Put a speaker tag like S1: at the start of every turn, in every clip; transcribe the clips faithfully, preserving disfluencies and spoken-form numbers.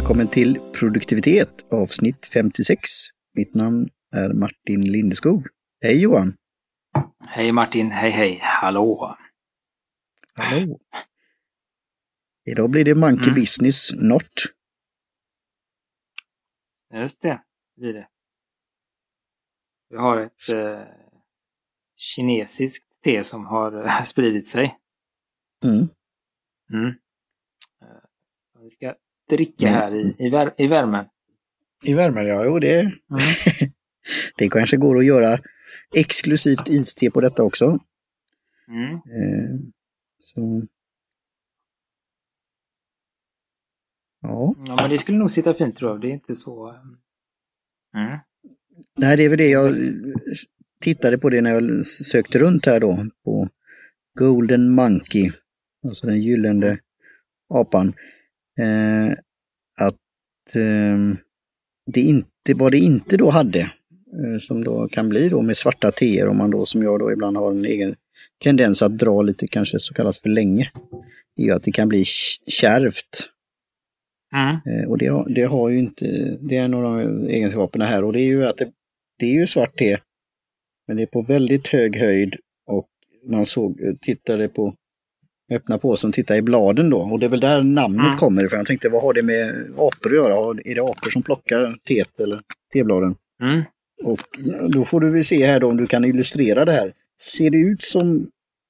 S1: Välkommen till Produktivitet avsnitt femtiosex. Mitt namn är Martin Lindeskog. Hej Johan!
S2: Hej Martin, hej hej, hallå!
S1: Hallå! Idag blir det Monkey
S2: Mm.
S1: Business Not.
S2: Just det, det blir det. Vi har ett eh, kinesiskt te som har eh, spridit sig.
S1: Mm.
S2: Mm. Eh, vi ska dricka här i, i, vär, i värmen.
S1: I värmen, ja. Jo, det,
S2: Mm.
S1: det kanske går att göra exklusivt iste på detta också.
S2: Mm.
S1: Eh, så... Ja.
S2: Ja, men det skulle nog sitta fint tror jag. Det är inte så... Mm.
S1: Nej, det är väl det jag tittade på det när jag sökte runt här då på Golden Monkey, alltså den gyllene apan. Eh, att eh, det inte, vad det inte då hade, eh, som då kan bli då med svarta teer, om man då som jag då ibland har en egen tendens att dra lite kanske så kallat för länge, är ju att det kan bli kärvt.
S2: Mm.
S1: Eh, och det, har- det har ju inte, det är en av de egenskaperna här, och det är ju att det, det är ju svart te, men det är på väldigt hög höjd, och man såg, tittade på öppna påsen, titta i bladen då, och det är väl där namnet
S2: Mm.
S1: kommer ifrån. Jag tänkte, vad har det med apor att göra? Är det apor som plockar teet eller tebladen?
S2: Mm.
S1: Och då får du väl se här då om du kan illustrera det här. Ser det ut som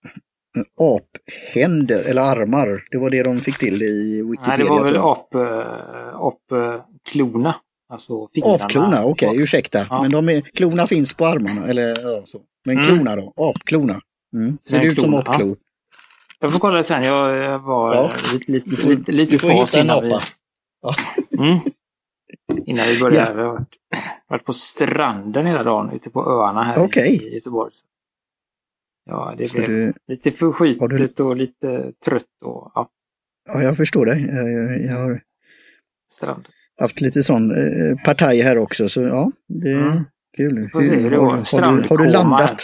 S1: aphänder eller armar? Det var det de fick till i Wikipedia.
S2: Nej, det var väl
S1: tror jag.
S2: ap, äh, apklorna. Alltså fingrarna.
S1: Apklorna, okej, okay, ursäkta.
S2: Ja.
S1: Men de är, klorna finns på armarna, eller ja, så. Men
S2: Mm.
S1: klorna då, apklorna. Mm. Ser
S2: Men
S1: det ut som
S2: klorna,
S1: apklor?
S2: Jag får kolla sen, jag jag var
S1: Ja.
S2: lite, lite,
S1: Du får-
S2: lite, lite
S1: du får
S2: fas
S1: hitta en
S2: innan vi...
S1: apa. Ja.
S2: Mm. Innan vi började.
S1: Ja.
S2: Vi har varit, varit på stranden hela dagen ute på öarna här
S1: Okej.
S2: i Göteborg. Ja, det
S1: Så
S2: blev
S1: du,
S2: lite
S1: Har
S2: förskjutet och lite trött och ja,
S1: ja, jag förstår det. Jag, jag, jag har
S2: strand.
S1: haft lite sån eh, partaj här också, så ja, det är
S2: Mm.
S1: kul.
S2: får se hur det
S1: har,
S2: går.
S1: har, du, har
S2: Strandkoma
S1: du
S2: här.
S1: landat?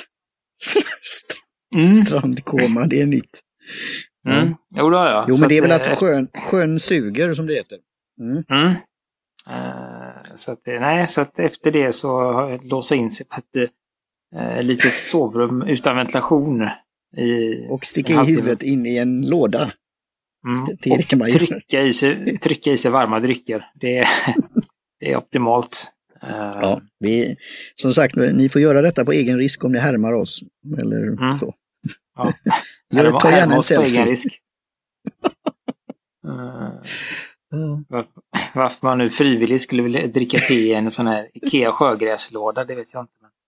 S2: Mm.
S1: Strandkoma, det är nytt.
S2: Mm. Jo, då har jag.
S1: Jo,
S2: Så
S1: men det är väl
S2: eh,
S1: att sjön, sjön suger, som det heter. Mm.
S2: Mm. Eh, så, att, det- nej, så att efter det så har jag låsa in sig på ett eh, litet sovrum utan ventilation. I,
S1: Och sticka
S2: en
S1: i
S2: halvtimme.
S1: huvudet in i en låda.
S2: Mm.
S1: Det är det man
S2: Och
S1: gör.
S2: trycka i, sig, trycka i sig varma drycker. Det är, det är optimalt. Eh,
S1: Ja, vi, som sagt, ni får göra detta på egen risk om ni härmar oss. Eller
S2: Mm.
S1: så.
S2: ja.
S1: Gör,
S2: Eller
S1: ta
S2: härma
S1: gärna en
S2: oss på egen
S1: selfie.
S2: risk. Eh,
S1: Ja.
S2: varför, varför man nu frivilligt skulle vilja dricka te i en sån här Ikea sjögräslåda, det vet jag inte. Men...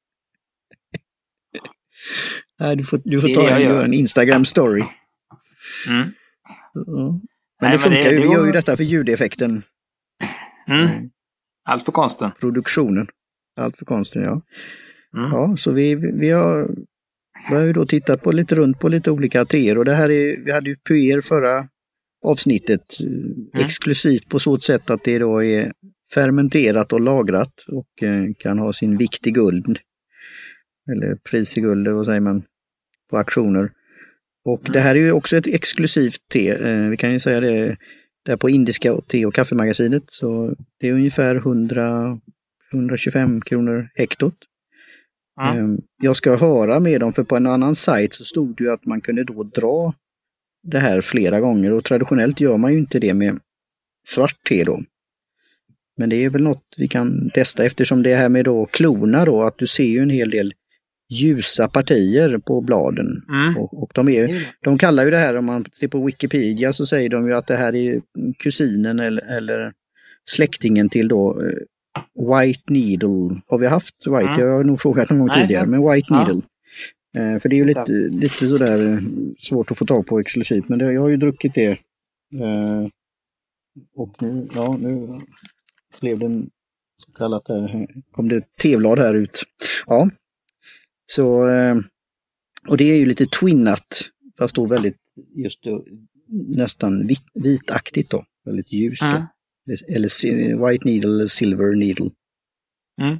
S1: Nej, du får, du får
S2: Det är
S1: ta
S2: det jag
S1: en,
S2: gör.
S1: göra en Instagram-story.
S2: Mm.
S1: Ja. Men
S2: Nej,
S1: det
S2: men
S1: funkar
S2: det-
S1: ju,
S2: det
S1: vi gör
S2: var-
S1: ju detta för ljudeffekten.
S2: Mm. Allt för konsten.
S1: Produktionen. Allt för konsten, ja.
S2: Mm.
S1: Ja, så vi, vi, har, vi har ju då tittat på lite runt på lite olika teer, och det här är, vi hade ju puer förra avsnittet, eh, exklusivt på så sätt att det då är fermenterat och lagrat och eh, kan ha sin vikt i guld. Eller pris i guld, vad säger man, på auktioner. Och
S2: Mm.
S1: det här är ju också ett exklusivt te, eh, vi kan ju säga det där på Indiska och te- och kaffemagasinet, så det är ungefär hundra till hundratjugofem kronor hektot.
S2: Mm.
S1: Ehm, Jag ska höra med dem, för på en annan sajt så stod det ju att man kunde då dra det här flera gånger, och traditionellt gör man ju inte det med svart te då. Men det är väl något vi kan testa, eftersom det här med då klorna då, att du ser ju en hel del ljusa partier på bladen.
S2: Mm.
S1: Och, och de, är, ju- de kallar ju det här, om man ser på Wikipedia så säger de ju att det här är kusinen eller, eller släktingen till då eh, White Needle. Har vi haft White?
S2: Mm.
S1: Jag har nog frågat någon gång
S2: Nej,
S1: tidigare,
S2: ja.
S1: men White
S2: Ja.
S1: Needle. Eh, för det är ju
S2: Vänta.
S1: lite, lite sådär eh, svårt att få tag på exklusivt, men det, jag har ju druckit det. Eh, och nu, ja, nu blev det en så kallat där, kom det ett teblad här ut. Ja, så eh, och det är ju lite twinnat, fast då väldigt just då, nästan vit, vitaktigt då, väldigt ljust
S2: Mm.
S1: då. Eller si- White Needle eller Silver Needle.
S2: Mm.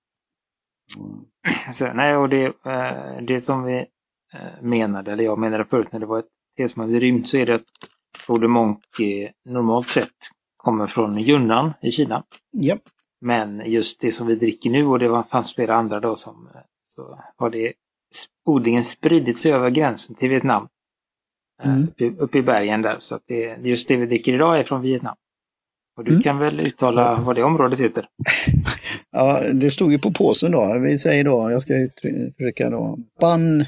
S2: Så, nej, och det, eh, det som vi eh, menade, eller jag menade förut när det var ett te som hade rymt, så är det att Golden Monkey normalt sett kommer från Yunnan i Kina.
S1: Ja.
S2: Men just det som vi dricker nu, och det var, fanns flera andra då, som, så har det odlingen spridit sig över gränsen till Vietnam. Mm. Uppe, uppe i bergen där. Så att det, just det vi dricker idag är från Vietnam. Och du mm. kan väl uttala ja. vad det området heter?
S1: Ja, det stod ju på påsen då. Vi säger då, jag ska uttrycka då, Ban...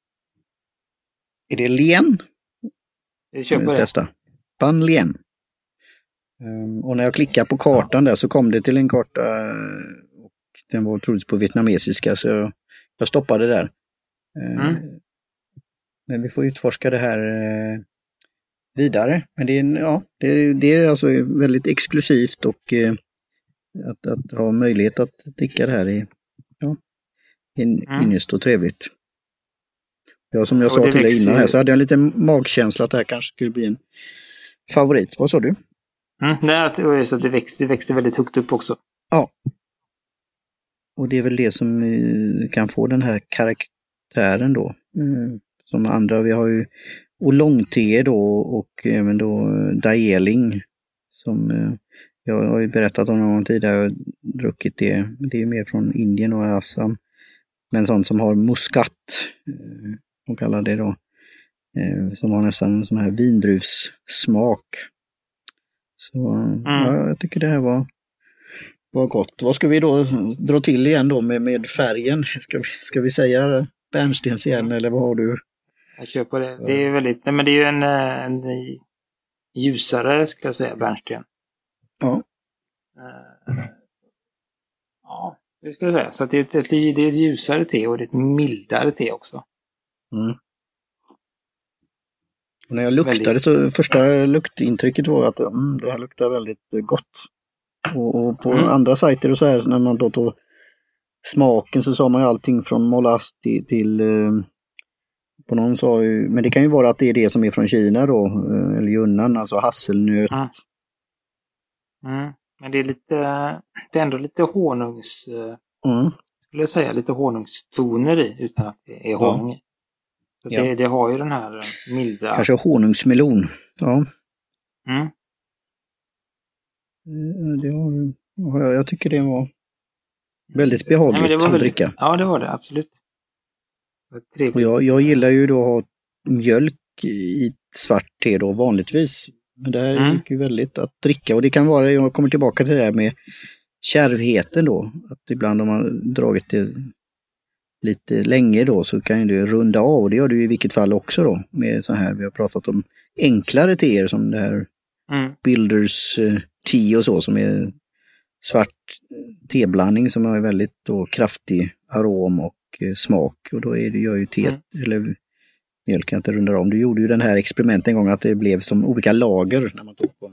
S1: Är det Lien?
S2: Vi kör på det.
S1: Testa. Ban Lien. Um, och när jag klickar på kartan där så kom det till en karta och den var troligtvis på vietnamesiska, så jag, jag stoppade där. Uh, mm. Men vi får utforska det här uh, vidare. Men det är, ja, det, det är alltså väldigt exklusivt och uh, att, att ha möjlighet att dricka det här är ja, in, mm. ynnest och trevligt. Ja, som jag och sa till dig innan här så hade jag en liten magkänsla att det här kanske skulle bli en favorit. Vad sa du?
S2: Mm, nej, så det växte, det växte väldigt högt upp också.
S1: Ja. Och det är väl det som kan få den här karaktären då. Som andra, vi har ju oolong-te då och även då Daeling som jag har ju berättat om någon tidigare, jag har druckit det. Det är mer från Indien och Assam. Men sånt som har muskat, de kallar det då, som har nästan en sån här vindruvssmak. Så mm. ja, jag tycker det här var, var gott. Vad ska vi då dra till igen då med, med färgen? Ska vi, ska vi säga bärnstens igen eller vad har du?
S2: Jag kör på det. Det är väldigt, nej men det är ju en, en ljusare ska jag säga, bärnsten.
S1: Ja.
S2: Uh, ja, det ska jag säga. Så det är, ett, det är ett ljusare te och det är ett mildare te också.
S1: Mm. Och när jag luktade väldigt... så första luktintrycket var att mm, det här luktar väldigt gott. Och, och på mm. andra sajter och så här när man då tog smaken så sa man ju allting från mollass till, till eh, på någon sa ju, men det kan ju vara att det är det som är från Kina då, eh, eller Yunnan, alltså hasselnöt.
S2: Mm. Mm. Men det är lite, det är ändå lite honungs, mm. skulle jag säga, lite honungstoner i utan att det är honung. Ja. Så det, ja. det har ju den här milda...
S1: Kanske honungsmelon. Ja.
S2: Mm.
S1: Det har, jag tycker det var väldigt behagligt.
S2: Nej, det var
S1: att
S2: väldigt,
S1: dricka.
S2: Ja, det var det, absolut. Det
S1: och jag, jag gillar ju då att ha mjölk i svart te då vanligtvis. Men det här mm. gick ju väldigt att dricka. Och det kan vara, jag kommer tillbaka till det här med kärvheten då. Att ibland om man dragit det lite länge då så kan du runda av, och det gör du i vilket fall också då med så här, vi har pratat om enklare teer som det här mm. Builders uh, te och så som är svart teblandning som har väldigt då kraftig arom och uh, smak, och då är det, gör ju te mm. eller mjölken att det rundar om. Du gjorde ju den här experiment en gång att det blev som olika lager när man tog på en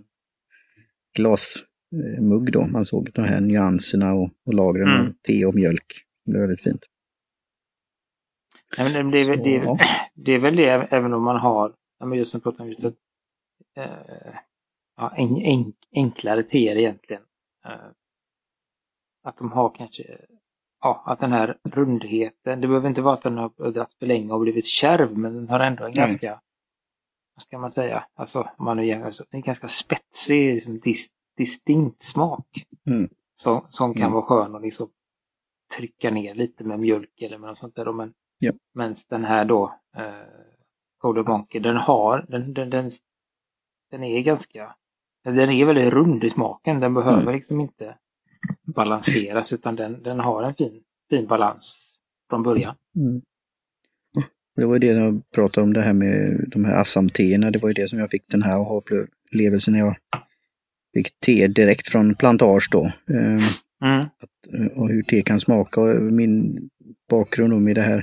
S1: glasmugg då, man såg de här nyanserna och, och lagren mm. av te och mjölk. Det är väldigt fint.
S2: Nej, men det, är, så, det, är, ja. det är väl det även om man har, just som pratar om just ett, äh, ja, en, en, enklare teer egentligen. Äh, att de har kanske, ja, att den här rundheten, det behöver inte vara att den har dratt för länge och blivit kärv, men den har ändå en Nej. ganska, vad ska man säga, alltså, man är, alltså en ganska spetsig, liksom, dis, distinkt smak. Mm. Så, som kan mm. vara skön och liksom trycka ner lite med mjölk eller med något sånt där då, men
S1: ja.
S2: Men den här då eh, Golden Monkey, den har den, den, den, den är ganska den är väldigt rund i smaken, den behöver mm. liksom inte balanseras utan den, den har en fin, fin balans från början.
S1: Mm. Det var ju det jag pratade om, det här med de här Assam-teerna, det var ju det som jag fick den här aha-upplevelsen när jag fick te direkt från plantage då. Eh, mm. att, och hur te kan smaka, och min bakgrund med det här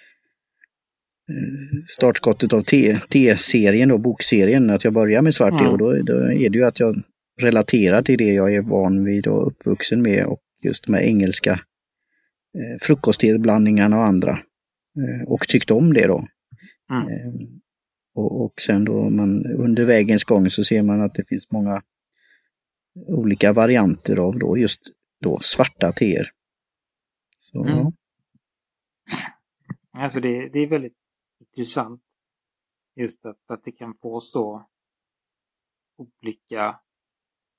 S1: startskottet av te-serien då, bokserien, att jag börjar med svart te mm. och då, då är det ju att jag relaterar till det jag är van vid och uppvuxen med, och just de här engelska eh, frukostteblandningarna och andra eh, och tyckte om det då. Mm. Eh, och, och sen då man under vägens gång så ser man att det finns många olika varianter av då just då svarta teer. Så mm. ja.
S2: Alltså det, det är väldigt intressant just att, att det kan få så olika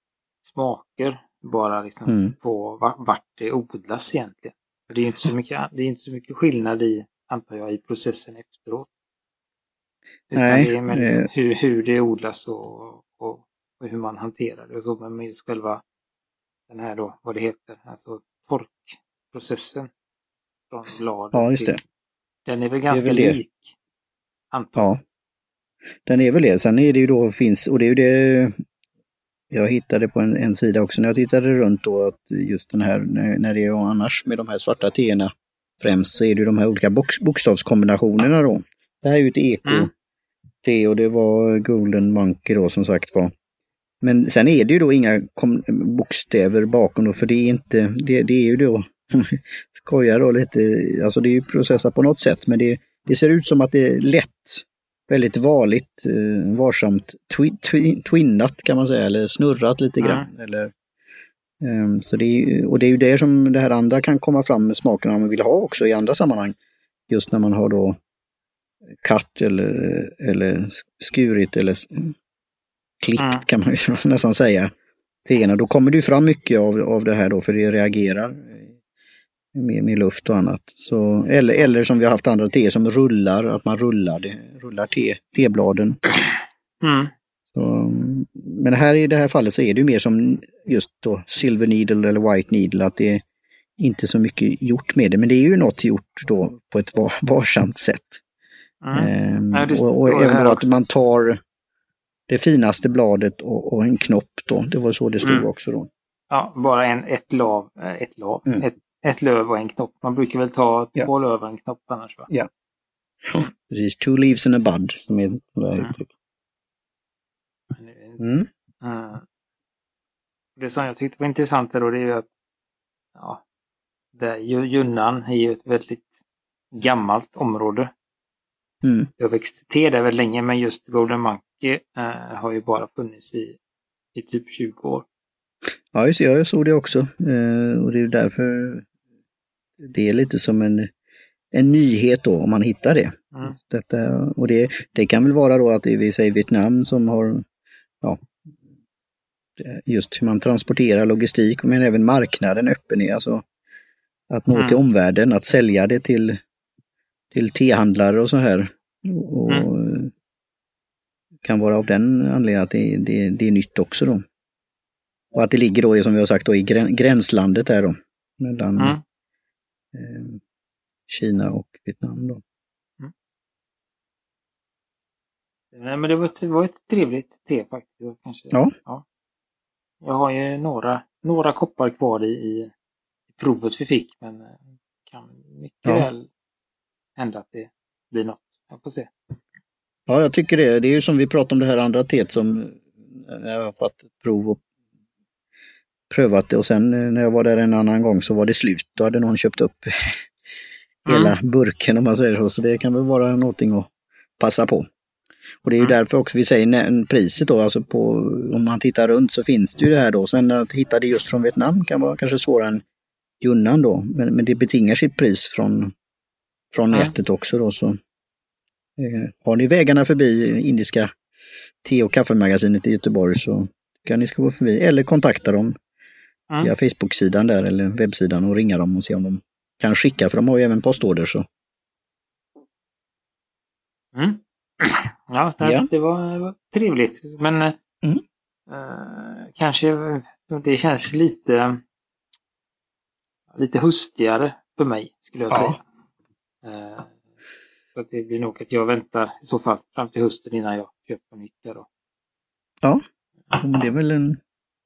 S2: smaker bara liksom
S1: Mm.
S2: på vart det odlas egentligen. För det är inte så mycket, det är inte så mycket skillnad i, antar jag, i processen efteråt. Utan
S1: Nej,
S2: det är med liksom
S1: eh,
S2: hur, hur det odlas och, och, och hur man hanterar det. Och så med just själva den här då, vad det heter, alltså torkprocessen från bladet
S1: ja, just
S2: till.
S1: det.
S2: Den är väl
S1: Det är
S2: ganska
S1: väl det.
S2: lik, antar jag.
S1: Ja, den är väl det. Sen är det ju då finns, och det är ju det jag hittade på en, en sida också när jag tittade runt då, att just den här, när, när det är annars med de här svarta teerna främst, så är det ju de här olika bok, bokstavskombinationerna då. Det här är ju ett eko-te
S2: Mm.
S1: och det var Golden Monkey då som sagt var. Men sen är det ju då inga kom, bokstäver bakom då, för det är inte, det, det är ju då, skojar då lite, alltså det är ju processat på något sätt, men det, det ser ut som att det är lätt, väldigt varligt, eh, varsamt twi, twi, twinnat kan man säga, eller snurrat lite grann.
S2: Mm.
S1: Eller, um, så det är, och det är ju det som det här andra kan komma fram med smaken man vill ha också i andra sammanhang. Just när man har då katt eller, eller skurit eller klippt
S2: Mm.
S1: kan man ju nästan säga. Teerna, då kommer det ju fram mycket av, av det här då, för det reagerar med, med luft och annat. Så, eller, eller som vi har haft andra teer som rullar, att man rullar, det, rullar te, tebladen.
S2: Mm.
S1: Så, men här i det här fallet så är det ju mer som just då silver needle eller white needle, att det är inte så mycket gjort med det, men det är ju något gjort då på ett var, varsamt sätt.
S2: Mm.
S1: Ehm,
S2: Ja, det,
S1: och och
S2: det
S1: även då att
S2: också.
S1: man tar det finaste bladet och, och en knopp då, det var så det stod
S2: Mm.
S1: också då.
S2: Ja, bara en, ett lav, ett lav,
S1: Mm.
S2: ett, ett löv och en knopp. Man brukar väl ta
S1: Ja.
S2: två löv och en knopp annars, va?
S1: Ja. Precis, two leaves and a bud som är det här
S2: Mm.
S1: uttrycket.
S2: Mm.
S1: Mm.
S2: Mm. Det som jag tyckte var intressant då, det är ju att ja, det, Yunnan är ju ett väldigt gammalt område.
S1: Mm.
S2: Det har växt te där väldigt länge, men just Golden Monkey eh, har ju bara funnits i, i typ tjugo år.
S1: Ja, just det, jag såg det också. Eh, och det är därför det är lite som en, en nyhet då, om man hittar det.
S2: Mm.
S1: Detta, och det, det kan väl vara då att det är, vi säger Vietnam som har, ja, just hur man transporterar logistik, men även marknaden öppen är, alltså att nå
S2: Mm.
S1: till omvärlden, att sälja det till, till tehandlare och så här. Och
S2: Mm.
S1: kan vara av den anledningen att det, det, det är nytt också då. Och att det ligger då, som vi har sagt, då, i gränslandet där då, mellan
S2: Mm.
S1: eh, Kina och Vietnam då.
S2: Mm. Nej, men det var, det var ett trevligt te faktiskt. Kanske.
S1: Ja.
S2: Ja. Jag har ju några, några koppar kvar i, i provet vi fick, men eh, kan mycket
S1: Ja.
S2: väl hända att det blir något. Jag får se.
S1: Ja, jag tycker det. Det är ju som vi pratade om det här andra teet som jag har fått prov och prövat det, och sen när jag var där en annan gång så var det slut. Då hade någon köpt upp hela
S2: Mm.
S1: burken om man säger så. Så det kan väl vara någonting att passa på. Och det är ju
S2: Mm.
S1: därför också vi säger när, priset då, alltså på, om man tittar runt så finns det ju det här då. Sen att hitta det just från Vietnam kan vara kanske svårare än Yunnan då. Men, men det betingar sitt pris från, från
S2: Mm.
S1: nätet också då. Så, eh, har ni vägarna förbi indiska te- och kaffemagasinet i Göteborg så kan ni ska gå förbi eller kontakta dem
S2: Mm.
S1: via Facebook-sidan där eller webbsidan och ringa dem och se om de kan skicka, för de har ju även postorder så.
S2: Mm. Ja, det,
S1: Ja.
S2: det, var, det var trevligt. Men
S1: Mm.
S2: eh, kanske det känns lite lite hustigare för mig, skulle jag
S1: Ja.
S2: säga. Eh, så att det blir nog att jag väntar i så fall fram till hösten innan jag köper nytt där då.
S1: Ja, men det är väl en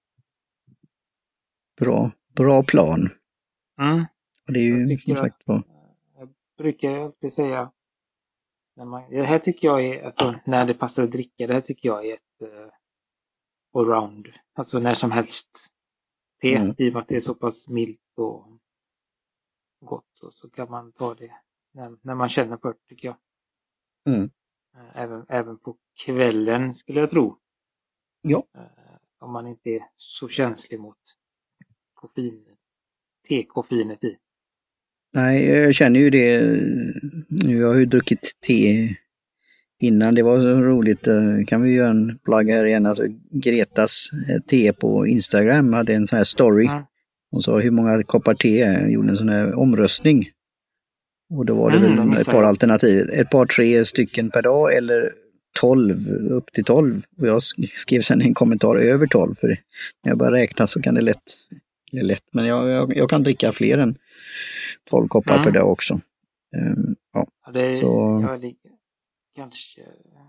S1: bra, bra plan.
S2: Mm.
S1: Och det är ju
S2: Jag tycker
S1: som sagt var.
S2: Jag brukar alltid säga när man, det här tycker jag är, alltså när det passar att dricka, det här tycker jag är ett uh, allround, alltså när som helst te,
S1: Mm.
S2: i och med att det är så pass milt och gott, och så kan man ta det när, när man känner för det, tycker jag.
S1: Mm.
S2: Uh, även, även på kvällen skulle jag tro.
S1: Ja.
S2: Uh, om man inte är så känslig mot koffein, te-koffeinet i.
S1: Nej, jag känner ju det. Nu har jag ju druckit te innan det var så roligt, kan vi göra en plugg här igen, alltså Gretas te på Instagram hade en sån här story. Mm. Hon sa hur många koppar te, gjorde en sån här omröstning. Och då var det mm, väl ett par alternativ, ett par tre stycken per dag eller tolv, upp till tolv. Och jag skrev sen en kommentar över tolv, för när jag börjar räkna så kan det lätt, det är lätt, men jag, jag, jag kan dricka fler än tolv koppar mm. per dag också. Um, ja.
S2: Ja, det är, så... jag ligger kanske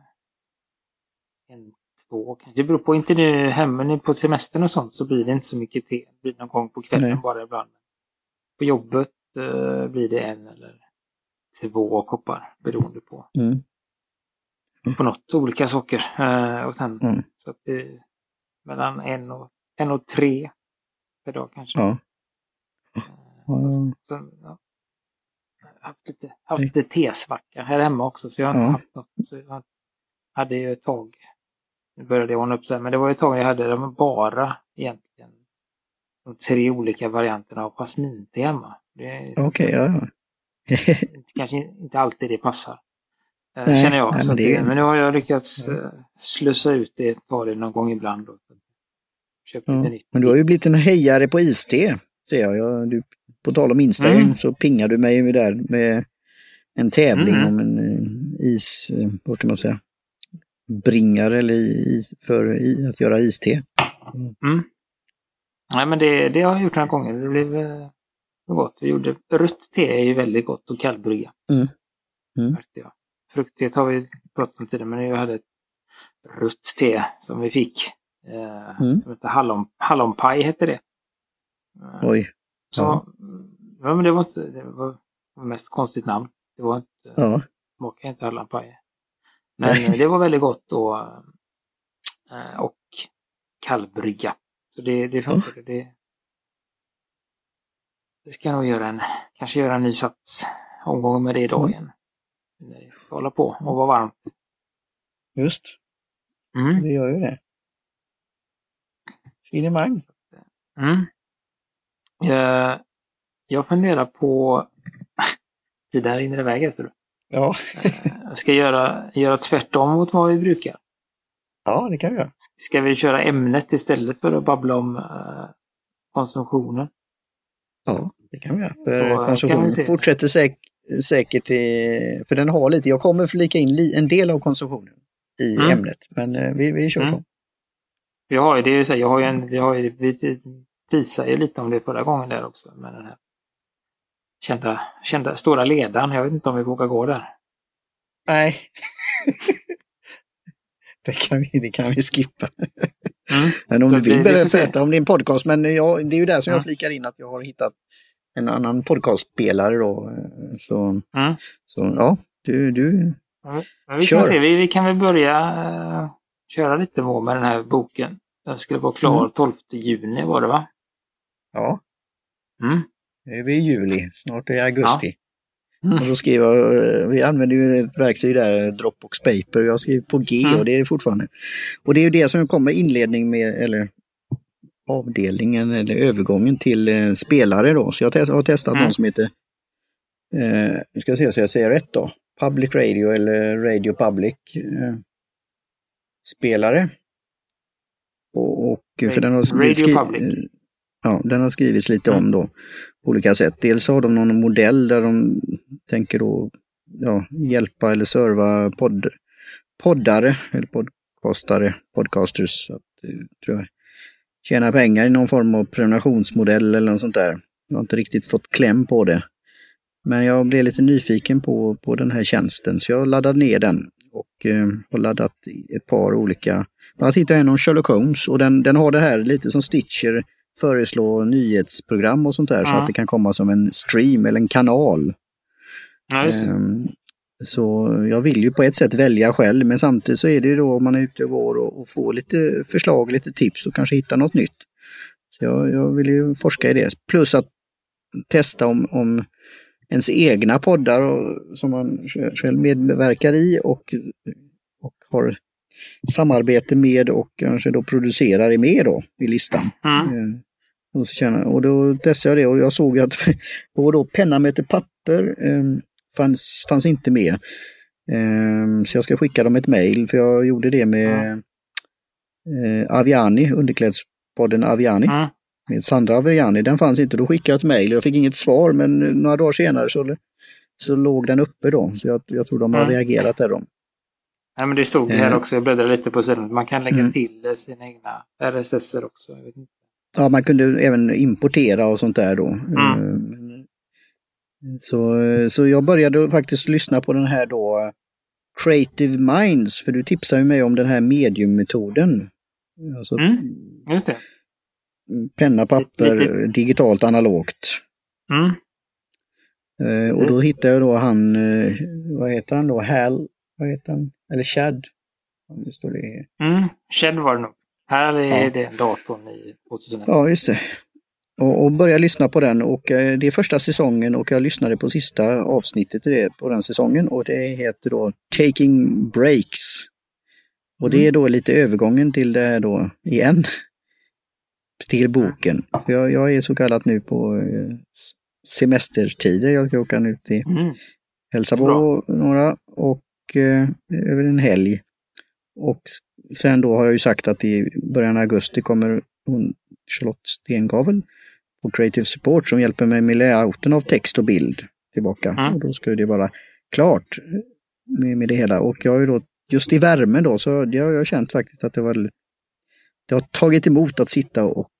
S2: en, två, kanske. Det beror på, inte nu hemma nu på semestern och sånt så blir det inte så mycket te. Det blir någon gång på kvällen. Nej. Bara ibland. På jobbet uh, blir det en eller två koppar beroende på. Mm. Mm. På något olika saker. Uh, och sen mm. så att det är mellan en och, en och tre per dag kanske. Ja. Uh, så, ja. Haft lite, haft lite tesvacka här hemma också, så jag har inte ja. haft något. Så jag hade ju ett tag, nu började jag ordna upp så här, men det var ett tag jag hade de bara egentligen de tre olika varianterna av jasminte hemma.
S1: Okej, okay, ja.
S2: Kanske inte alltid det passar. Nej, känner jag. Nej, så men, det... det, men nu har jag lyckats ja. slussa ut det, ta det någon gång ibland. Och köpa
S1: ja.
S2: lite nytt.
S1: Men du har ju blivit en hejare på iste, ser jag. jag du... På tal om Instagram mm. så pingar du mig där med en tävling mm. om en uh, is, uh, vad ska man säga, bringare eller is, för i, att göra iste. Mm.
S2: Mm. Nej, men det, det har jag gjort några gånger. Det blev uh, gott. Vi gjorde, rött te är ju väldigt gott och kallbrygga. Mm. Mm. Fruktte har vi pratat om tidigare, men jag hade ett rött te som vi fick. Uh, mm. som heter hallon, hallonpaj heter det. Uh,
S1: Oj.
S2: Så, ja. ja, men det var inte, det var mest konstigt namn. Det var inte, ja. smakade inte hallonpaj. Men Nej. det var väldigt gott och, och kallbrygga. Så det, det funkade. Ja. Det, det ska nog göra en, kanske göra en ny sats omgång med det idag igen. Det ska hålla på och vara varmt.
S1: Just. Mm. Det gör ju det. Finemang.
S2: Mm. Uh, jag funderar på det där inre vägen, så du.
S1: Ja.
S2: uh, ska göra, göra tvärtom mot vad vi brukar.
S1: Ja, det kan vi göra.
S2: Ska vi köra ämnet istället för att babbla om uh, konsumtionen?
S1: Ja, det kan vi göra. För så, konsumtionen fortsätter säk- säkert i, för den har lite, jag kommer flika in li- en del av konsumtionen i mm. ämnet, men uh, vi, vi kör mm. så.
S2: Vi har ju det, så jag har ju en, vi har ju vi, tisade ju lite om det förra gången där också, med den här kända, kända stora ledaren. Jag vet inte om vi vågar gå där.
S1: Nej. det, kan vi, det kan vi skippa. Mm. Men om så du vill berätta om din podcast, men jag, det är ju där som mm. jag flikar in att jag har hittat en annan podcastspelare då. Så, mm. så ja, du, du
S2: mm. vi kan se, vi, vi kan väl börja uh, köra lite more med den här boken. Den skulle vara klar mm. tolfte juni var det, va?
S1: Ja.
S2: Mm.
S1: Det är vi i juli, snart är det augusti. Ja. Mm. Och då skriver vi använder ju ett verktyg där, Dropbox Paper, jag skriver på G mm. och det är det fortfarande. Och det är ju det som kommer inledning med, eller avdelningen eller övergången till eh, spelare då. Så jag test, har testat mm. någon som heter, eh, nu ska jag se så jag säger rätt då, Public Radio eller Radio Public eh, spelare. Och, och för den har skri- ja, den har skrivits lite mm. om då på olika sätt. Dels har de någon modell där de tänker då ja, hjälpa eller serva podd, poddare eller podcastare, podcasters så att, tror jag, tjäna pengar i någon form av prenumerationsmodell eller något sånt där. Jag har inte riktigt fått kläm på det. Men jag blev lite nyfiken på, på den här tjänsten så jag laddade ner den och eh, har laddat ett par olika. Jag hittade en om Sherlock Holmes och den, den har det här lite som Stitcher föreslår nyhetsprogram och sånt där mm. så att det kan komma som en stream eller en kanal.
S2: Ja, just det.
S1: Um, så jag vill ju på ett sätt välja själv, men samtidigt så är det ju då om man är ute och går och, och får lite förslag, lite tips och kanske hitta något nytt. Så jag, jag vill ju forska i det. Plus att testa om, om ens egna poddar och, som man själv medverkar i och, och har samarbete med och kanske då producerar med då i listan. Mm. Och, så känner, och då testade jag det och jag såg att och då penna möter papper eh, fanns, fanns inte med. Eh, så jag ska skicka dem ett mejl, för jag gjorde det med
S2: Mm.
S1: eh, Aviani, underklädspodden Aviani.
S2: Mm.
S1: Med Sandra Aviani, den fanns inte. Då skickade jag ett mejl. Jag fick inget svar, men några dagar senare så, så låg den uppe då. Så jag, jag tror de har
S2: Mm.
S1: reagerat där då.
S2: Ja, men det stod här
S1: Eh.
S2: också, jag bläddrade lite på sidan. Man kan lägga
S1: Mm.
S2: till sina egna R S S-er också. Jag vet inte.
S1: Ja, man kunde även importera och sånt där då.
S2: Mm.
S1: Så, så jag började faktiskt lyssna på den här då Creative Minds, för du tipsade ju mig om den här mediummetoden. Alltså,
S2: Mm. Just det.
S1: Penna, papper,
S2: Lite.
S1: digitalt, analogt.
S2: Mm.
S1: Eh, och då hittade jag då han, eh, vad heter han då? Hal, vad heter han? Eller Chad. Det står det.
S2: Mm. Chad var det nog. Här är
S1: Ja.
S2: det datorn i tjugohundraett.
S1: Ja, just det. Och, och började lyssna på den, och eh, det är första säsongen, och jag lyssnade på sista avsnittet i det, på den säsongen, och det heter då Taking Breaks. Och det är då lite övergången till det här då igen. Till boken. För jag, jag är så kallat nu på eh, semestertider. Jag ska åka nu till
S2: Mm.
S1: hälsa på några och eh, över en helg. Och sen då har jag ju sagt att i början av augusti kommer hon, Charlotte Stengavel på Creative Support, som hjälper mig med layouten av text och bild tillbaka.
S2: Mm.
S1: Och då ska det vara klart med, med det hela. Och jag har ju då, just i värmen då, så jag har jag känt faktiskt att det var det har tagit emot att sitta och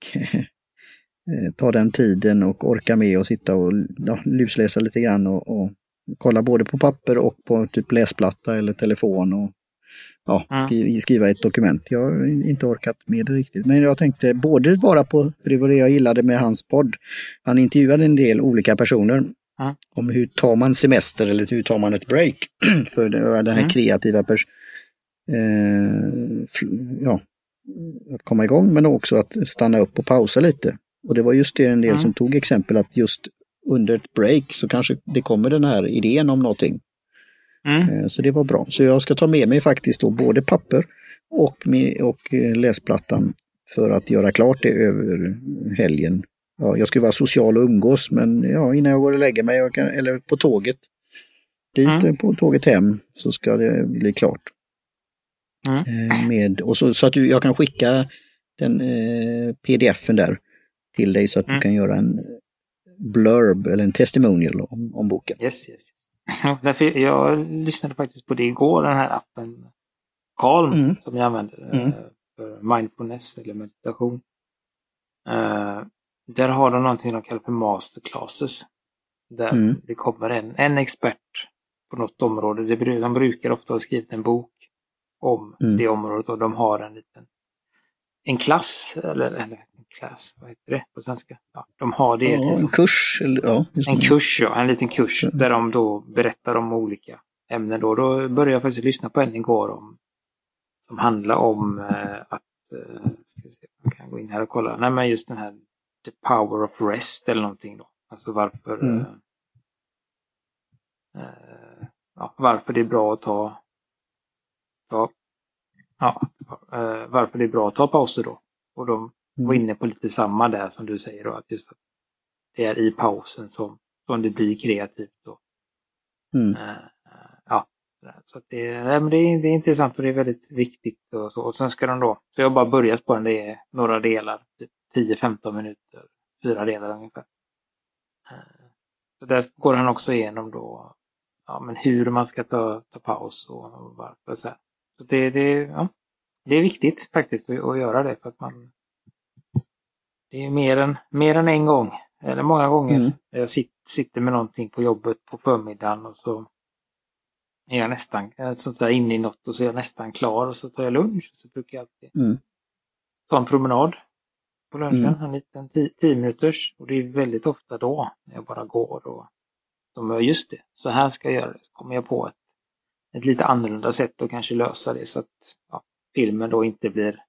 S1: ta den tiden och orka med och sitta och ja, lusläsa lite grann och, och kolla både på papper och på typ läsplatta eller telefon och ja,
S2: Mm.
S1: skriva, skriva ett dokument. Jag har inte orkat med det riktigt, men jag tänkte både vara på, för det var det jag gillade med hans podd. Han intervjuade en del olika personer
S2: Mm.
S1: om hur tar man semester eller hur tar man ett break för den här
S2: Mm.
S1: kreativa pers- eh, ja, att komma igång, men också att stanna upp och pausa lite. Och det var just det en del
S2: Mm.
S1: som tog exempel, att just under ett break så kanske det kommer den här idén om någonting.
S2: Mm.
S1: Så det var bra. Så jag ska ta med mig faktiskt då både papper och, med, och läsplattan för att göra klart det över helgen. Ja, jag ska vara social och umgås, men ja, innan jag går och lägger mig, jag kan, eller på tåget dit,
S2: Mm.
S1: på tåget hem, så ska det bli klart.
S2: Mm.
S1: Med, och så, så att du, jag kan skicka den eh, pdf-en där till dig så att
S2: Mm.
S1: du kan göra en blurb eller en testimonial om, om boken.
S2: Yes, yes, yes. Därför jag lyssnade faktiskt på det igår, den här appen Calm
S1: Mm.
S2: som jag använder
S1: Mm.
S2: eh, för mindfulness eller meditation. Eh, där har de någonting de kallar för masterclasses. Där
S1: Mm.
S2: det kommer en, en expert på något område. Det, bru- de brukar ofta ha skrivit en bok om
S1: Mm.
S2: det området, och de har en liten en klass, eller, eller en klass, vad heter det på svenska? Ja, de har det
S1: Ja,
S2: liksom.
S1: en kurs. Eller, ja, just
S2: En
S1: det.
S2: kurs, ja. En liten kurs
S1: Mm.
S2: där de då berättar om olika ämnen. Då, då började jag faktiskt lyssna på en igår om, som handlar om eh, att, eh, ska vi se, man kan gå in här och kolla. Nej, men just den här The Power of Rest eller någonting då. Alltså varför,
S1: Mm.
S2: eh, eh, ja, varför det är bra att ta, ta ja, eh, varför det är bra att ta pauser då. Och de var
S1: Mm.
S2: inne på lite samma där som du säger då, att just att det är i pausen som, som det blir kreativt då.
S1: Mm.
S2: Uh, ja, så att det, nej, men det, är, det är intressant och det är väldigt viktigt. Och, så. Och sen ska de då, så jag har bara börjat på den, det är några delar, typ tio femton minuter, fyra delar ungefär. Uh, så där går han också igenom då, ja, men hur man ska ta, ta paus och varför. Så, så det, det, ja, det är viktigt faktiskt att, att göra det, för att man, det är mer än, mer än en gång, eller många gånger.
S1: Mm.
S2: Jag sitter, sitter med någonting på jobbet på förmiddagen och så är jag nästan så där inne i något, och så är jag nästan klar, och så tar jag lunch, och så brukar jag alltid
S1: Mm.
S2: ta en promenad på lunchen,
S1: Mm.
S2: en liten tio minuters, och det är väldigt ofta då när jag bara går och de gör just det, så här ska jag göra det, så kommer jag på ett, ett lite annorlunda sätt att kanske lösa det, så att ja, filmen då inte blir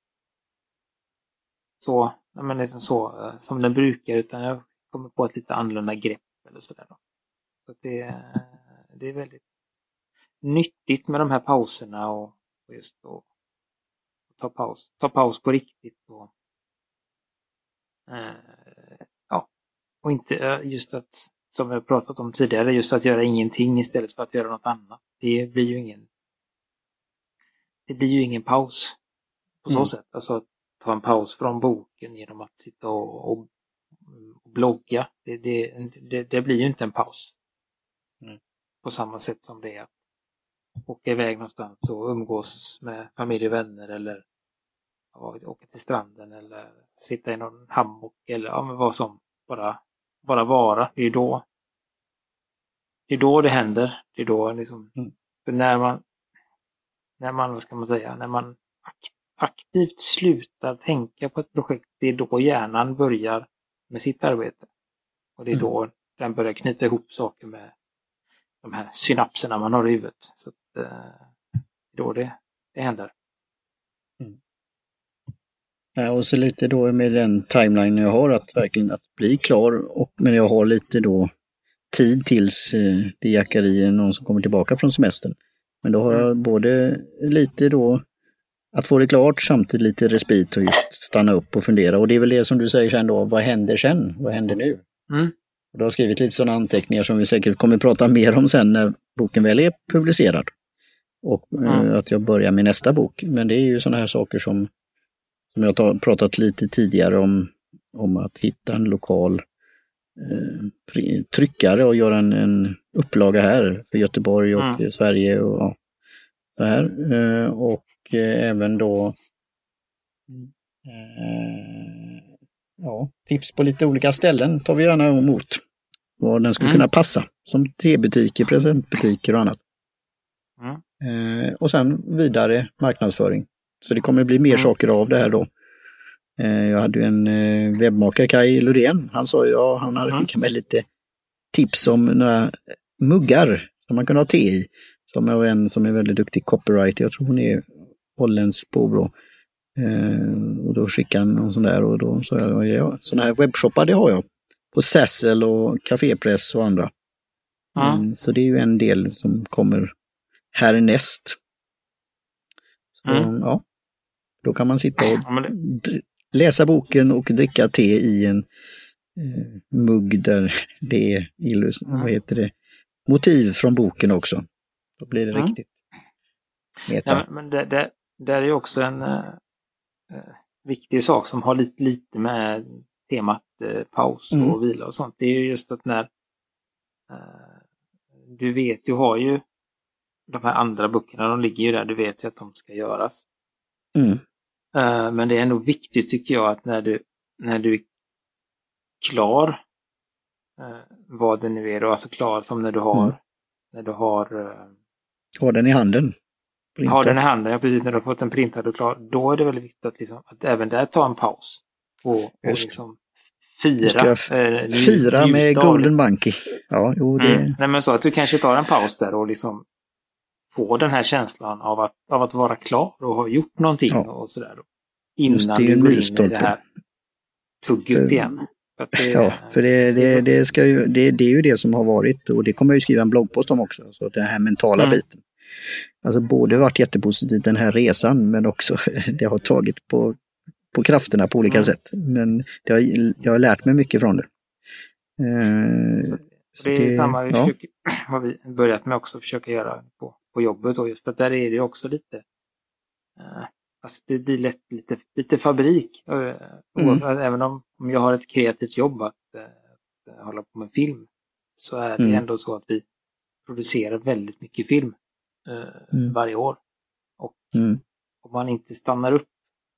S2: så, men liksom så uh, som den brukar, utan jag kommer på ett lite annorlunda grepp eller sådär då. Så att det, det är väldigt nyttigt med de här pauserna, och, och just att ta paus, ta paus på riktigt, och uh, ja, och inte uh, just att som jag pratat om tidigare, just att göra ingenting istället för att göra något annat. Det blir ju ingen det blir ju ingen paus på så
S1: Mm.
S2: sätt. Alltså att ta en paus från boken genom att sitta och, och, och blogga. Det, det, det, det blir ju inte en paus.
S1: Mm.
S2: På samma sätt som det är att åka iväg någonstans och umgås med familj och vänner eller ja, åka till stranden eller sitta i någon hammock eller ja, men vad som bara, bara vara. Det är då det är då det händer. Det är då liksom,
S1: Mm.
S2: för när man när man, vad ska man säga, när man akt, aktivt slutar tänka på ett projekt, det är då hjärnan börjar med sitt arbete. Och det är
S1: Mm.
S2: då den börjar knyta ihop saker med de här synapserna man har i huvudet. Så att, eh, det är då det, det händer.
S1: Ja, och så lite då med den timeline jag har att verkligen att bli klar, och, men jag har lite då tid tills eh, det jackar i någon som kommer tillbaka från semestern. Men då har jag både lite då att få det klart, samtidigt lite respit och just stanna upp och fundera. Och det är väl det som du säger sen då, vad händer sen? Vad händer nu?
S2: Mm.
S1: Och du har skrivit lite sådana anteckningar som vi säkert kommer prata mer om sen när boken väl är publicerad. Och eh,
S2: Mm.
S1: att jag börjar med nästa bok. Men det är ju sådana här saker som Som jag har pratat lite tidigare om, om att hitta en lokal eh, tryckare och göra en, en upplaga här för Göteborg och
S2: Mm.
S1: Sverige och ja, så här. Eh, och eh, även då eh, ja, tips på lite olika ställen tar vi gärna emot. Var den skulle
S2: Mm.
S1: kunna passa, som tebutiker, presentbutiker och annat.
S2: Mm.
S1: Eh, och sen vidare marknadsföring. Så det kommer bli mer
S2: Mm.
S1: saker av det här då. Jag hade ju en webbmakare, Kai Lodén. Han sa ja, han hade
S2: Mm.
S1: skickat med lite tips om några muggar som man kan ha te i. Som är en som är väldigt duktig copywriter. Jag tror hon är holländsk påbrå. Eh, och då skickade han någon sån där och då sa jag, ja, sådana här webbshoppar det har jag. På Sassel och Cafépress och andra.
S2: Mm.
S1: Mm, så det är ju en del som kommer härnäst. Så
S2: Mm.
S1: ja, då kan man sitta och
S2: Ja, men det,
S1: läsa boken och dricka te i en eh, mugg där det är illus-
S2: Mm.
S1: vad heter det? Motiv från boken också. Då blir det
S2: Mm.
S1: riktigt meta.
S2: ja, men men det, det, det är ju också en eh, eh, viktig sak som har lite, lite med temat eh, paus
S1: Mm.
S2: och vila och sånt. Det är ju just att när eh, du vet, du har ju de här andra böckerna, de ligger ju där, du vet ju att de ska göras.
S1: Mm.
S2: Eh, men det är ändå viktigt tycker jag att när du, när du är klar, eh, vad det nu är då, alltså klar som när du har,
S1: Mm.
S2: när du har eh,
S1: Ha den i handen. Printat.
S2: har den i handen, ja, precis när du har fått den printad och klar, då är det väldigt viktigt att, liksom, att även där ta en paus. Och, och
S1: Just.
S2: liksom
S1: Då
S2: fira.
S1: ska jag f-
S2: eh, nj-
S1: Fira med
S2: njuta av
S1: Golden
S2: det.
S1: Monkey. Ja, jo det...
S2: Mm. Nej, men så att du kanske tar en paus där och liksom får den här känslan av att, av att vara klar och ha gjort någonting
S1: Ja.
S2: och sådär. Då,
S1: Just
S2: innan
S1: det, är
S2: du
S1: en
S2: går in i
S1: milstolpe.
S2: det här tugget
S1: För-
S2: igen. För att det,
S1: Ja, för det, det, det, ska ju, det, det är ju det som har varit, och det kommer jag ju skriva en bloggpost om också, så den här mentala
S2: Mm.
S1: biten. Alltså både varit jättepositivt den här resan, men också det har tagit på, på krafterna på olika
S2: Mm.
S1: sätt. Men det har, jag har lärt mig mycket från det. Eh,
S2: Så,
S1: så
S2: det är samma vi
S1: ja.
S2: försöker, har vi börjat med också, försöka göra på, på jobbet. Och just för att där är det ju också lite, eh, alltså det blir lätt lite, lite fabrik. Eh,
S1: Mm.
S2: och, även om, om jag har ett kreativt jobb att, eh, att hålla på med film, så är det
S1: Mm.
S2: ändå så att vi producerar väldigt mycket film eh,
S1: Mm.
S2: varje år. Och
S1: Mm.
S2: om man inte stannar upp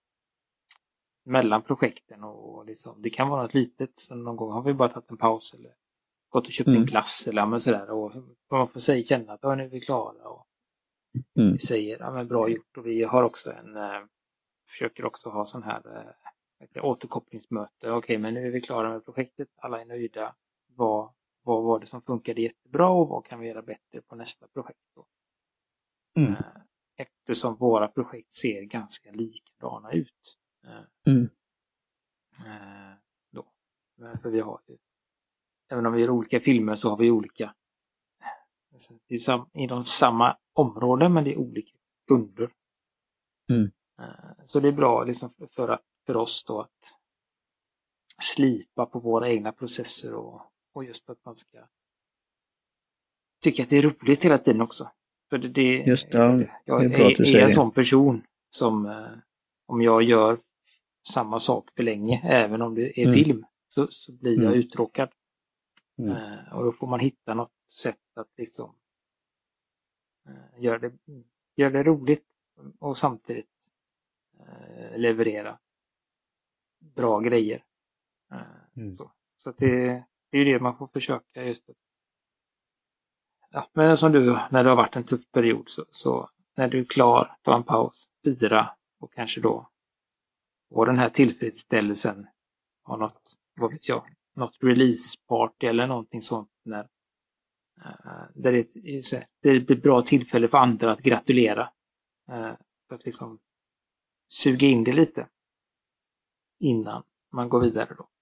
S2: mellan projekten och liksom, det kan vara något litet, så någon gång har vi bara tagit en paus eller gått och köpt
S1: Mm.
S2: en glass eller men sådär, och man får säga, känna att ja, nu är vi klara och
S1: Mm.
S2: vi säger ja, men bra gjort. Och vi har också en eh, försöker också ha sån här eh, återkopplingsmöte. Okej, men nu är vi klara med projektet, alla är nöjda. Vad, vad var det som funkade jättebra och vad kan vi göra bättre på nästa projekt då?
S1: Mm.
S2: Eh, eftersom våra projekt ser ganska likadana ut. Eh,
S1: Mm.
S2: eh, då. Men för vi har ju, även om vi gör olika filmer så har vi olika, det är sam, inom samma område, men det är olika kunder.
S1: Mm.
S2: Eh, så det är bra liksom för, för, att, för oss då att slipa på våra egna processer och och just att man ska tycka att det är roligt hela tiden också. För det, det,
S1: Just det, ja,
S2: jag
S1: det är bra att du
S2: är,
S1: säger
S2: är en
S1: det.
S2: sån person som eh, om jag gör samma sak för länge, även om det är
S1: Mm.
S2: film, så, så blir jag
S1: Mm.
S2: uttråkad.
S1: Mm.
S2: Eh, och då får man hitta något sätt att liksom eh, göra det, gör det roligt och samtidigt eh, leverera bra grejer. Eh,
S1: Mm.
S2: så så att det, det är ju det man får försöka just att, ja, men som du, när det har varit en tuff period så, så när du är klar, ta en paus, fira och kanske då få den här tillfredsställelsen av något, vad vet jag, något release-party eller någonting sånt när, uh, där det, är, det blir bra tillfälle för andra att gratulera. Uh, för att liksom suga in det lite innan man går vidare då.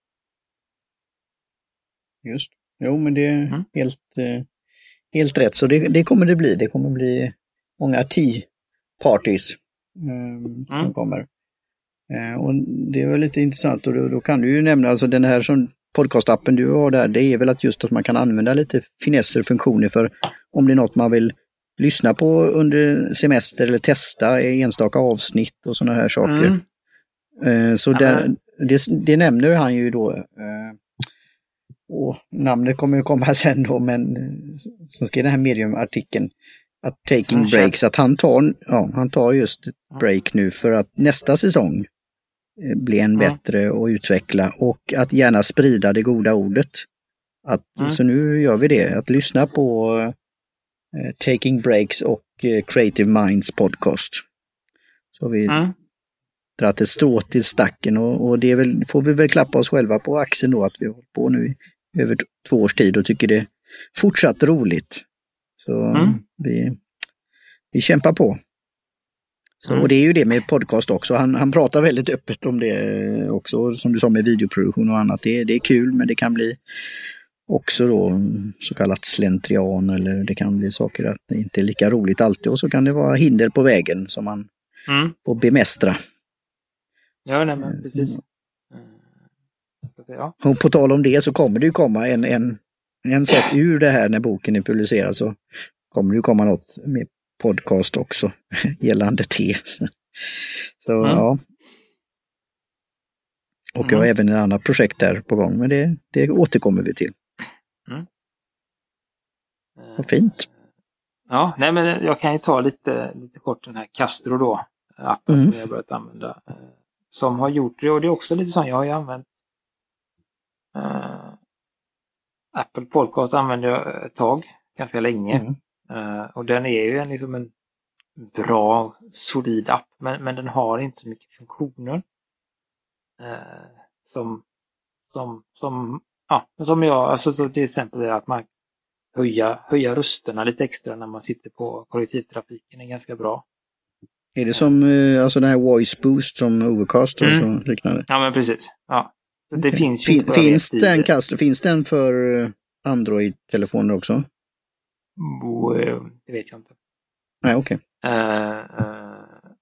S1: Just. Jo, men det är
S2: Mm.
S1: helt, eh, helt rätt. Så det, det kommer det bli. Det kommer bli många tea parties eh, som
S2: Mm.
S1: kommer. Eh, och det är väl lite intressant och då, då kan du ju nämna, alltså den här som podcastappen du har där, det är väl att just att man kan använda lite finesser och funktioner för om det är något man vill lyssna på under semester eller testa enstaka avsnitt och sådana här saker.
S2: Mm.
S1: Eh, så
S2: Ja,
S1: där,
S2: men-
S1: det, det nämner han ju då. Eh, och namnet kommer ju komma sen då, men så ska den här mediumartikeln att taking
S2: Mm,
S1: breaks, att han tar, ja, han tar just ett
S2: Mm.
S1: break nu för att nästa säsong eh, bli än
S2: Mm.
S1: bättre och utveckla och att gärna sprida det goda ordet. Att,
S2: Mm.
S1: Så nu gör vi det, att lyssna på eh, Taking Breaks och eh, Creative Minds podcast. Så har vi
S2: Mm.
S1: dragit ett strå till stacken och, och det är väl, får vi väl klappa oss själva på axeln då att vi har hållit på nu i över t- två års tid och tycker det är fortsatt roligt. Så
S2: Mm.
S1: vi, vi kämpar på. Så,
S2: Mm.
S1: Och det är ju det med podcast också. Han, han pratar väldigt öppet om det också, som du sa med videoproduktion och annat. Det, det är kul, men det kan bli också då så kallat slentrian eller det kan bli saker att det inte är lika roligt alltid och så kan det vara hinder på vägen som man
S2: Mm.
S1: får bemästra.
S2: Ja, nej, men precis. Mm. Så att, ja.
S1: Och på tal om det så kommer det ju komma en, en, en sak ur det här när boken är publicerad så kommer det ju komma något med podcast också gällande te. Så
S2: Mm.
S1: ja. Och jag har
S2: Mm.
S1: även ett annat projekt där på gång, men det, det återkommer vi till.
S2: Mm.
S1: Vad fint.
S2: Ja, nej men jag kan ju ta lite, lite kort den här Castro då, appen
S1: Mm.
S2: som jag har börjat använda. eh, Som har gjort det och det är också lite sånt, jag har ju använt eh, Apple Podcast använder jag ett tag, ganska länge.
S1: Mm.
S2: Eh, och den är ju en, liksom en bra, solid app, men, men den har inte så mycket funktioner. Eh, som, som, som, ja, som jag, alltså så till exempel det att man höja, höja rösterna lite extra när man sitter på kollektivtrafiken är ganska bra.
S1: Är det som eh, alltså den här voice boost som Overcast och
S2: Mm.
S1: så liknande?
S2: Ja, men precis. Ja. Så det
S1: Okej.
S2: finns ju
S1: fin,
S2: inte vad jag
S1: finns
S2: vet i-
S1: den Castro, finns den för eh, Android-telefoner också?
S2: Bo, eh, det vet jag inte.
S1: Nej, okej.
S2: Eh, eh,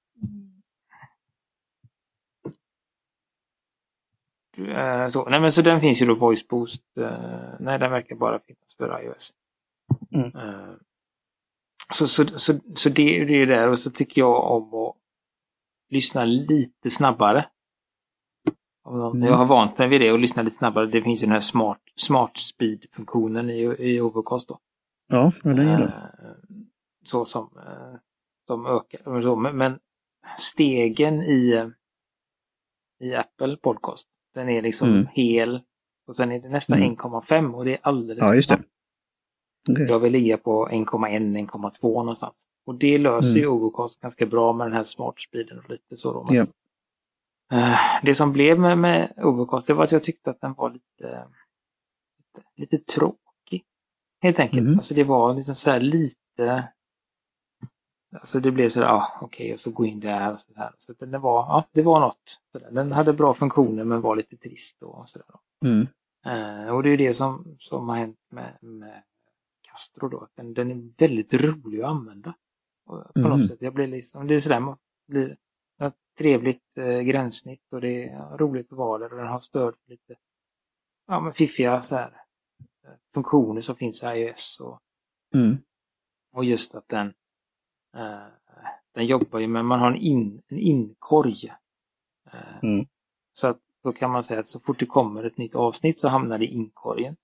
S2: eh, så, nej men så den finns ju då voice boost. Eh, nej, den verkar bara finnas för iOS.
S1: Mm.
S2: Eh, så så, så, så det, det är där och så tycker jag om att lyssna lite snabbare. Om någon-
S1: Mm.
S2: Jag har vant mig vid det och lyssna lite snabbare. Det finns ju den här smart, smart speed-funktionen i, i Overcast då.
S1: Ja, ja, den gillar jag.
S2: Eh, så som, eh, som ökar. Så, men- Men stegen i, eh, i Apple Podcast, den är liksom
S1: Mm.
S2: hel och sen är det nästan
S1: Mm.
S2: en komma fem och det är alldeles
S1: Ja, just det.
S2: för
S1: Okej.
S2: Jag vill ligga på en komma ett, en komma två någonstans. Och det löser
S1: Mm.
S2: ju Overcast ganska bra med den här smart speeden och lite så då. Men,
S1: Ja.
S2: eh, det som blev med, med Overcast, det var att jag tyckte att den var lite, lite, lite tråkig. Helt enkelt.
S1: Mhm.
S2: Alltså det var liksom så här lite. Alltså det blev så där, ah, okej, okay, och så gå in där och så här. Så att det var, ja, det var något. Så där. Den hade bra funktioner men var lite trist och så där.
S1: Mm.
S2: Eh, och det är det som, som har hänt med, med Castro då. Att den, den är väldigt rolig att använda. Och på
S1: Mhm.
S2: något sätt. Jag blir liksom, det är sådär, man blir ett trevligt eh, gränssnitt och det är roligt att vara där och den har stöd för lite, ja men fiffiga så här funktioner som finns i iOS och,
S1: Mm.
S2: och just att den uh, den jobbar ju med, man har en, in, en inkorg. Uh,
S1: Mm.
S2: Så att då kan man säga att så fort det kommer ett nytt avsnitt så hamnar det i inkorgen.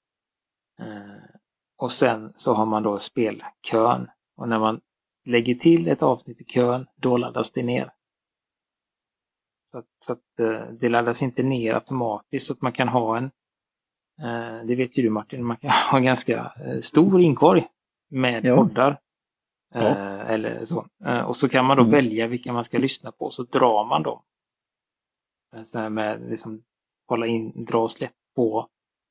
S2: Uh, och sen så har man då spelkön. Och när man lägger till ett avsnitt i kön, då laddas det ner. Så att, så att uh, det laddas inte ner automatiskt så att man kan ha en, uh, det vet ju du Martin, man kan ha en ganska uh, stor inkorg med
S1: Ja.
S2: poddar.
S1: Ja.
S2: Uh, eller så. Uh, och så kan man då
S1: Mm.
S2: välja vilka man ska lyssna på, så drar man dem. Så här med liksom hålla in, dra och släpp på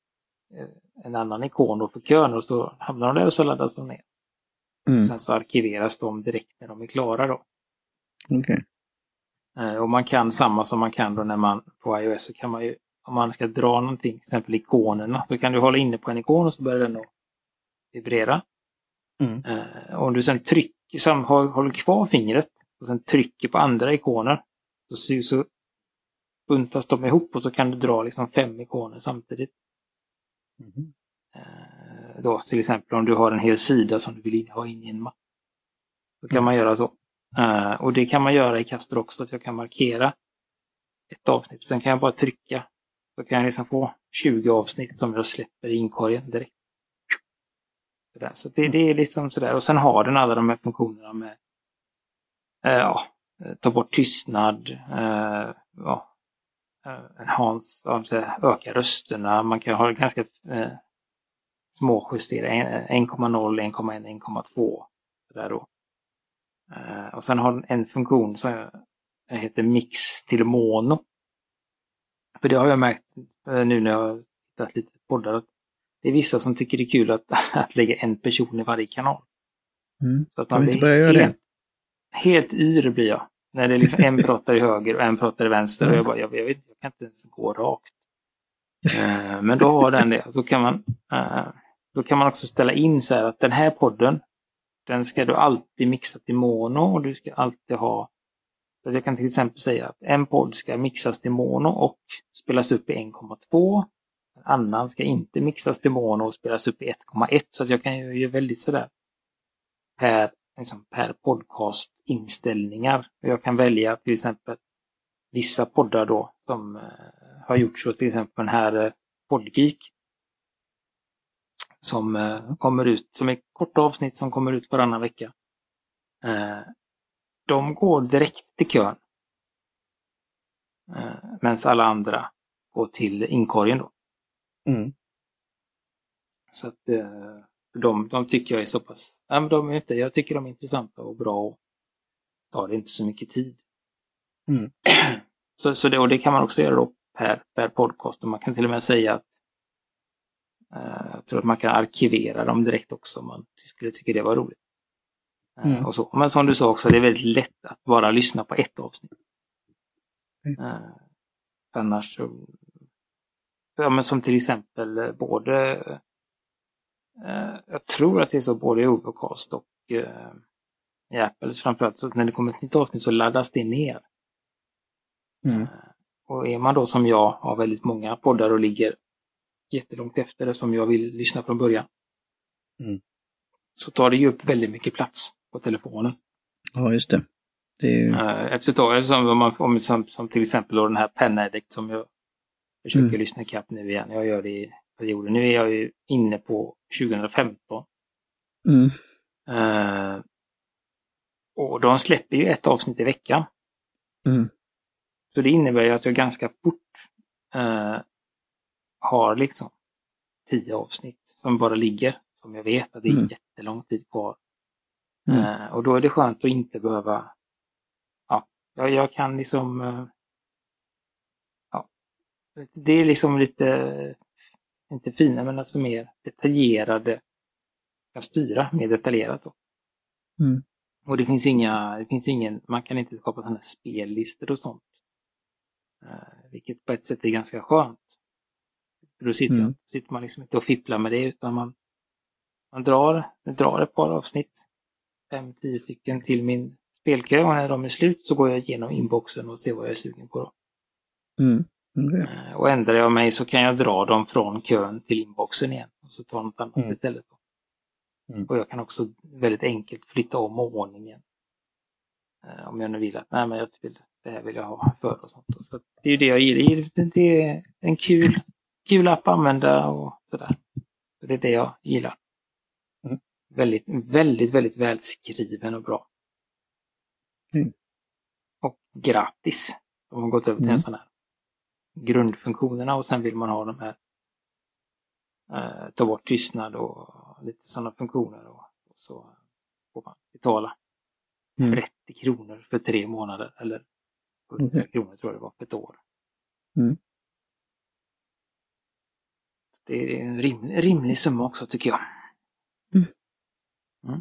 S2: en annan ikon då för kön och så hamnar de där och så laddas de ner.
S1: Mm.
S2: Sen så arkiveras de direkt när de är klara då.
S1: Okay.
S2: Och man kan samma som man kan då när man på iOS så kan man ju, om man ska dra någonting, till exempel ikonerna, så kan du hålla inne på en ikon och så börjar den att vibrera.
S1: Mm.
S2: Och om du sen trycker, sam, håller kvar fingret och sen trycker på andra ikoner så, så buntas de ihop och så kan du dra liksom fem ikoner samtidigt.
S1: Mm.
S2: Eh, då, till exempel om du har en hel sida som du vill ha in i en mapp. Så kan
S1: Mm.
S2: man göra så. Eh, och det kan man göra i Castor också, att jag kan markera ett avsnitt. Sen kan jag bara trycka. Så kan jag liksom få tjugo avsnitt som jag släpper i inkorgen direkt. Sådär. Så det, det är liksom sådär. Och sen har den alla de här funktionerna med eh, ja, ta bort tystnad, eh, ja, enhance, öka rösterna. Man kan ha ganska eh, små justeringar, en komma noll, en komma ett, en komma två. Där då. Eh, och sen har den en funktion som heter mix till mono. För det har jag märkt eh, nu när jag har tittat lite på poddar att det är vissa som tycker det är kul att, att lägga en person i varje kanal.
S1: Mm.
S2: Så att
S1: Kan
S2: man
S1: vi inte
S2: blir
S1: börja göra
S2: helt,
S1: det?
S2: helt yr blir jag. När det är liksom en pratar i höger och en pratar i vänster.
S1: Mm.
S2: Och jag bara, jag, jag vet jag kan inte ens gå rakt. Uh, men då har den det. Då kan man, uh, då kan man också ställa in så här att den här podden, den ska du alltid mixa till mono och du ska alltid ha, så att jag kan till exempel säga att en podd ska mixas till mono och spelas upp i en komma två. En annan ska inte mixas till mono och spelas upp i ett komma ett. Så att jag kan ju göra väldigt sådär per, liksom per podcast inställningar. Jag kan välja till exempel vissa poddar då som uh, har gjort så, till exempel den här uh, Poddgeek som uh, kommer ut, som är korta avsnitt som kommer ut varannan vecka. Uh, de går direkt till kön. Uh, medan alla andra går till inkorgen då.
S1: Mm.
S2: Så att uh, de, de tycker jag är så pass, ja, men de är inte, jag tycker de är intressanta och bra och tar det inte så mycket tid.
S1: Mm.
S2: så, så det, och det kan man också göra då per, per podcast och man kan till och med säga att uh, jag tror att man kan arkivera dem direkt också om man skulle tycka det var roligt. Uh,
S1: Mm.
S2: och så. Men som du sa också, det är väldigt lätt att bara lyssna på ett avsnitt.
S1: Mm.
S2: Uh, annars så, ja, men som till exempel uh, både uh, jag tror att det är så både i Overcast och uh, i Apple framförallt, så när det kommer ett nytt avsnitt så laddas det ner.
S1: Mm.
S2: Uh, och är man då som jag har väldigt många poddar och ligger jättelångt efter det som jag vill lyssna från början.
S1: Mm.
S2: Så tar det ju upp väldigt mycket plats på telefonen.
S1: Ja, just det. Det är ju...
S2: Uh, efter ett tag, som, om man, om, som, som till exempel då den här Pen Addict som jag försöker
S1: Mm.
S2: lyssna ikapp nu igen. Jag gör det i perioden. Nu är jag ju inne på tjugo femton.
S1: Mm.
S2: Uh, och de släpper ju ett avsnitt i veckan.
S1: Mm.
S2: Så det innebär ju att jag ganska fort uh, har liksom tio avsnitt som bara ligger. Som jag vet att det är
S1: Mm.
S2: jättelång tid kvar.
S1: Mm.
S2: Uh, och då är det skönt att inte behöva, ja, jag, jag kan liksom, uh, ja, det är liksom lite, inte fina men alltså mer detaljerade, kan styra mer detaljerat då.
S1: Mm.
S2: Och det finns inga, det finns ingen, man kan inte skapa sådana spellistor och sånt. Uh, vilket på ett sätt är ganska skönt. För då sitter,
S1: Mm.
S2: jag, sitter man liksom inte och fipplar med det utan man, man drar, drar ett par avsnitt, fem, tio stycken till min spelkö och när de är slut så går jag igenom inboxen och ser vad jag är sugen på då.
S1: Mm. Mm.
S2: Och ändrar jag mig så kan jag dra dem från kön till inboxen igen och så ta något annat
S1: Mm.
S2: istället.
S1: Mm.
S2: Och jag kan också väldigt enkelt flytta om ordningen. Om jag nu vill att nej, men jag vill, det här vill jag ha för och sånt. Så det är ju det jag gillar. Det är en kul, kul app att använda och sådär. Så det är det jag gillar.
S1: Mm.
S2: Väldigt, väldigt, väldigt välskriven och bra.
S1: Mm.
S2: Och gratis. De har gått över till
S1: Mm.
S2: en sån här grundfunktionerna och sen vill man ha de här eh, ta bort tystnad och lite sådana funktioner och, och så får man betala
S1: Mm.
S2: trettio kronor för tre månader eller hundra
S1: Mm.
S2: kronor tror jag det var för ett år.
S1: Mm.
S2: Det är en rimlig, rimlig summa också tycker jag.
S1: Mm.
S2: Mm.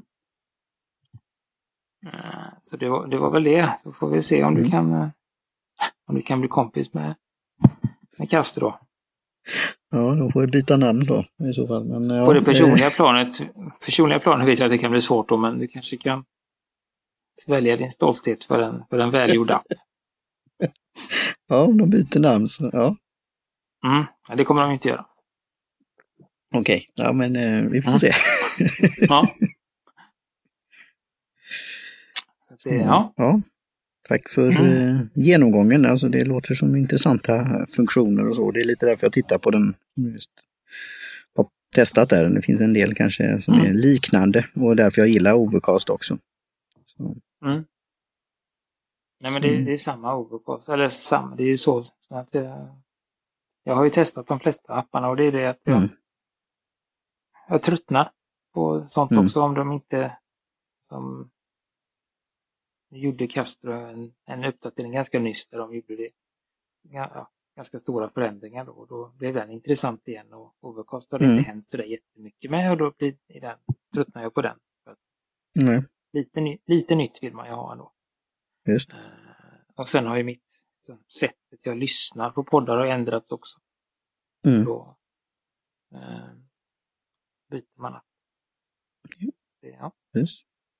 S2: Uh, så det var, det var väl det. Så får vi se om
S1: Mm.
S2: du kan uh, om du kan bli kompis med, med Castro då.
S1: Ja, då får jag byta namn då i så fall. Men, ja,
S2: På det personliga
S1: eh.
S2: planet, personliga planet vet jag att det kan bli svårt då, men du kanske kan svälja din stolthet för en, för en välgjord app.
S1: Ja, om de byter namn så ja.
S2: Mm, det kommer de inte göra.
S1: Okej, okay. Ja men eh, vi får
S2: Mm.
S1: se.
S2: Ja. Så det, ja.
S1: Ja. Tack för mm. eh, genomgången. Alltså det låter som intressanta funktioner och så. Det är lite därför jag tittar på den. Just har testat där. Det finns en del kanske som mm. är liknande och därför jag gillar Overcast också. Så.
S2: Mm. Nej men det, det är samma Overcast. Eller samma, det är ju så, så att jag, jag har ju testat de flesta apparna och det är det att jag, mm. jag tröttnar på sånt mm. också om de inte som gjorde Castro en, en uppdatering ganska nyss där de gjorde det. Ja, ganska stora förändringar då. Och då blev den intressant igen och Overcast har mm. inte hänt så där jättemycket med och då blir i den, tröttnar jag på den. För att
S1: mm.
S2: lite, ny, lite nytt vill man ju ha ändå.
S1: Just.
S2: Uh, och sen har ju mitt så, sättet jag lyssnar på poddar har ändrats också.
S1: Mm.
S2: Då uh, byter man app. Det, ja.
S1: Just.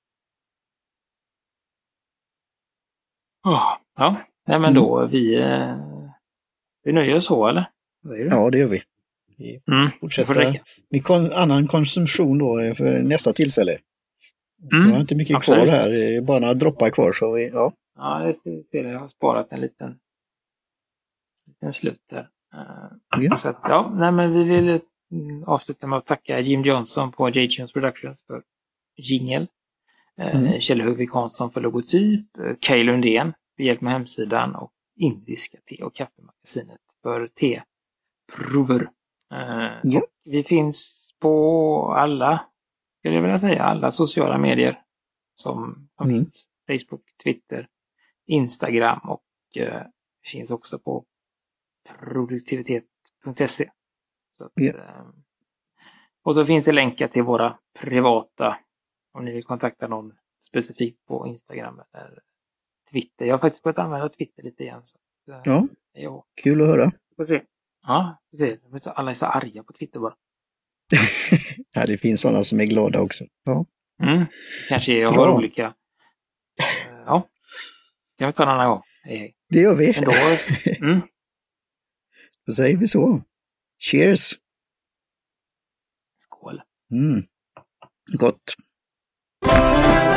S2: Oh, ja, nej men då mm. vi, uh, vi nöjer oss så eller?
S1: Det ja, det gör vi. Vi
S2: mm,
S1: fortsätter med kon- annan konsumtion då för nästa tillfälle.
S2: Mm,
S1: jag har inte mycket absolut. Kvar här, det är bara några droppar kvar så vi, ja.
S2: Ja, det ser jag. Jag har sparat en liten, liten slut där. Uh,
S1: ja.
S2: Så att, ja, nej men vi vill avsluta med att tacka Jim Johnson på J-Tunes Productions för jingle. Uh, mm. Kjell Hugvik Hansson för logotyp. Uh, Kaj Lundén för hjälp med hemsidan och Indiska te- och kaffemagasinet för teprover. Uh,
S1: ja.
S2: Och vi finns på alla, skulle jag vilja säga, alla sociala medier som, som mm. finns. Facebook, Twitter, Instagram och uh, finns också på produktivitet punkt se. Så att,
S1: ja.
S2: uh, och så finns det länkar till våra privata om ni vill kontakta någon specifikt på Instagram eller Twitter. Jag har faktiskt börjat använda Twitter lite igen. Så att, uh,
S1: ja,
S2: ja,
S1: kul att höra.
S2: Ja, precis. Alla är så arga på Twitter bara.
S1: Ja, det finns sådana som är glada också. Ja.
S2: Mm. Kanske jag har ja. olika. Uh, ja, kan vi ta en annan gång. Hej, hej.
S1: Det gör vi.
S2: Då, mm.
S1: Då säger vi så. Cheers!
S2: Skål!
S1: Mm. Gott!